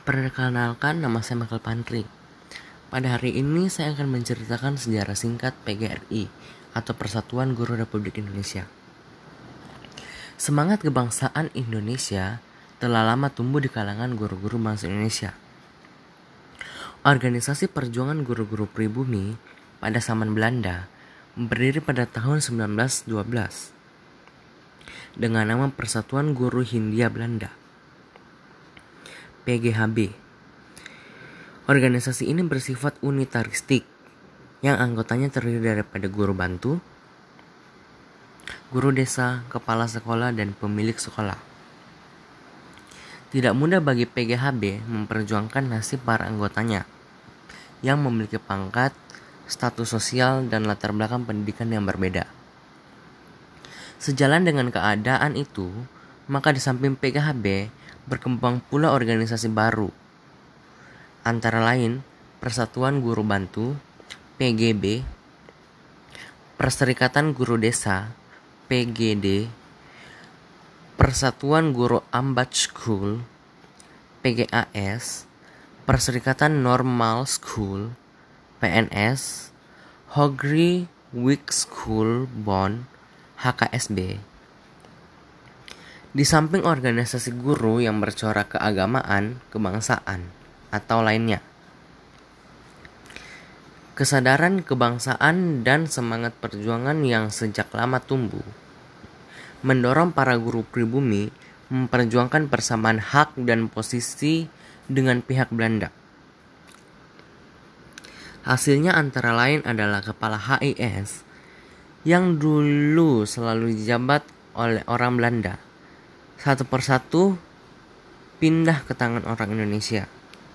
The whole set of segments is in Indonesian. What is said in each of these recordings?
Perkenalkan, nama saya Michael Pantri. Pada hari ini saya akan menceritakan sejarah singkat PGRI atau Persatuan Guru Republik Indonesia. Semangat kebangsaan Indonesia telah lama tumbuh di kalangan guru-guru bangsa Indonesia. Organisasi Perjuangan Guru-Guru Pribumi pada zaman Belanda berdiri pada tahun 1912 dengan nama Persatuan Guru Hindia Belanda, PGHB. Organisasi ini bersifat unitaristik yang anggotanya terdiri daripada guru bantu, guru desa, kepala sekolah, dan pemilik sekolah. Tidak mudah bagi PGHB memperjuangkan nasib para anggotanya yang memiliki pangkat, status sosial, dan latar belakang pendidikan yang berbeda. Sejalan dengan keadaan itu, maka di samping PGHB berkembang pula organisasi baru, antara lain Persatuan Guru Bantu, PGB, Perserikatan Guru Desa, PGD, Persatuan Guru Ambat School, PGAS, Perserikatan Normal School, PNS, Hogri Week School Bond, HKSB. Di samping organisasi guru yang bercorak keagamaan, kebangsaan, atau lainnya, kesadaran kebangsaan dan semangat perjuangan yang sejak lama tumbuh mendorong para guru pribumi memperjuangkan persamaan hak dan posisi dengan pihak Belanda. Hasilnya antara lain adalah kepala HIS yang dulu selalu dijabat oleh orang Belanda, satu persatu pindah ke tangan orang Indonesia.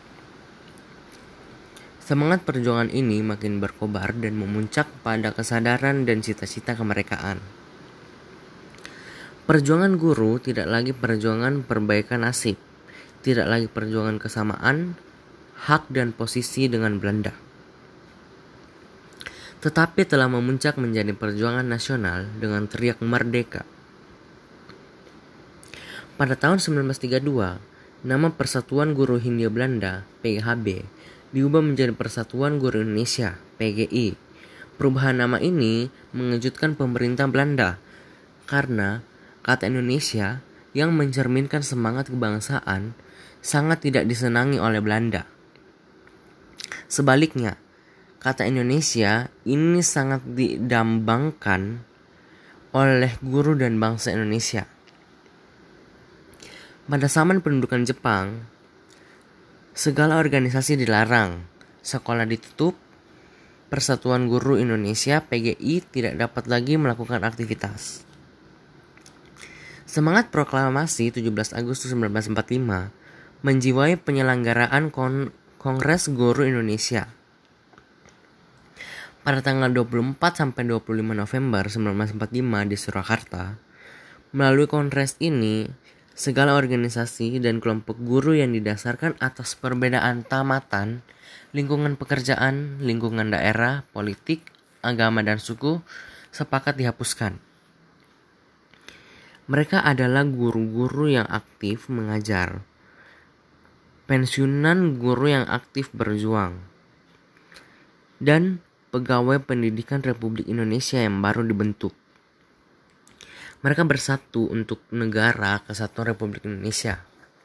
Semangat perjuangan ini makin berkobar dan memuncak pada kesadaran dan cita-cita kemerdekaan. Perjuangan guru tidak lagi perjuangan perbaikan nasib, tidak lagi perjuangan kesamaan hak dan posisi dengan Belanda, tetapi telah memuncak menjadi perjuangan nasional dengan teriak merdeka. Pada tahun 1932, nama Persatuan Guru Hindia Belanda, PGHB, diubah menjadi Persatuan Guru Indonesia, PGI. Perubahan nama ini mengejutkan pemerintah Belanda karena kata Indonesia yang mencerminkan semangat kebangsaan sangat tidak disenangi oleh Belanda. Sebaliknya, kata Indonesia ini sangat didambangkan oleh guru dan bangsa Indonesia. Pada zaman pendudukan Jepang, segala organisasi dilarang, sekolah ditutup, Persatuan Guru Indonesia (PGI) tidak dapat lagi melakukan aktivitas. Semangat proklamasi 17 Agustus 1945 menjiwai penyelenggaraan Kongres Guru Indonesia. Pada tanggal 24 sampai 25 November 1945 di Surakarta, melalui kongres ini, segala organisasi dan kelompok guru yang didasarkan atas perbedaan tamatan, lingkungan pekerjaan, lingkungan daerah, politik, agama, dan suku sepakat dihapuskan. Mereka adalah guru-guru yang aktif mengajar, pensiunan guru yang aktif berjuang, dan pegawai pendidikan Republik Indonesia yang baru dibentuk. Mereka bersatu untuk negara kesatuan Republik Indonesia.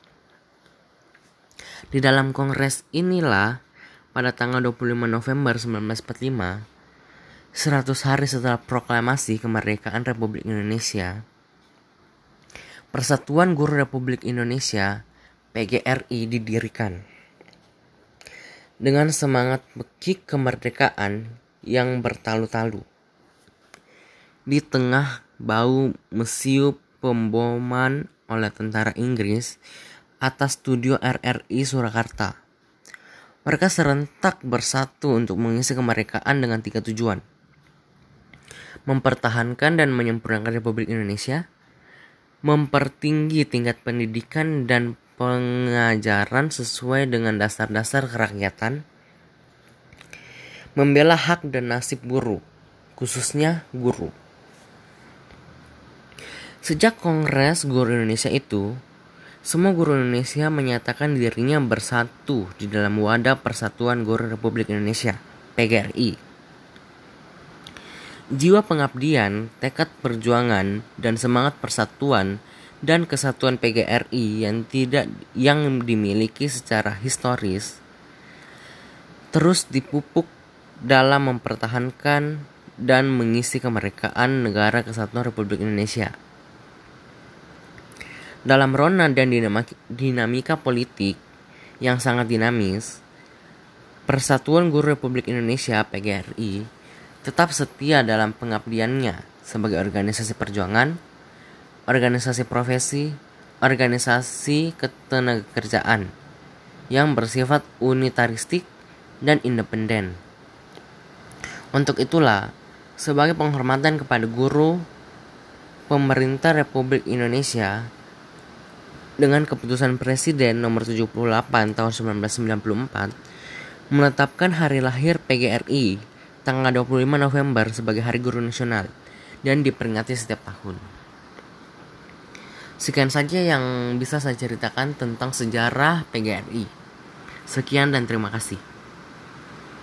Di dalam kongres inilah, pada tanggal 25 November 1945, 100 hari setelah proklamasi kemerdekaan Republik Indonesia, Persatuan Guru Republik Indonesia (PGRI) didirikan. Dengan semangat pekik kemerdekaan yang bertalu-talu, di tengah bau mesiu pemboman oleh tentara Inggris atas studio RRI Surakarta, mereka serentak bersatu untuk mengisi kemerdekaan dengan 3 tujuan: mempertahankan dan menyempurnakan Republik Indonesia, mempertinggi tingkat pendidikan dan pengajaran sesuai dengan dasar-dasar kerakyatan, membela hak dan nasib guru, khususnya guru. Sejak Kongres Guru Indonesia itu, semua guru Indonesia menyatakan dirinya bersatu di dalam wadah Persatuan Guru Republik Indonesia, PGRI. Jiwa pengabdian, tekad perjuangan, dan semangat persatuan dan kesatuan PGRI yang dimiliki secara historis terus dipupuk dalam mempertahankan dan mengisi kemerdekaan Negara Kesatuan Republik Indonesia. Dalam rona dan dinamika politik yang sangat dinamis, Persatuan Guru Republik Indonesia (PGRI) tetap setia dalam pengabdiannya sebagai organisasi perjuangan, organisasi profesi, organisasi ketenagakerjaan yang bersifat unitaristik dan independen. Untuk itulah, sebagai penghormatan kepada guru, pemerintah Republik Indonesia dengan keputusan Presiden nomor 78 tahun 1994 menetapkan hari lahir PGRI tanggal 25 November sebagai Hari Guru Nasional dan diperingati setiap tahun. Sekian saja yang bisa saya ceritakan tentang sejarah PGRI. Sekian dan terima kasih.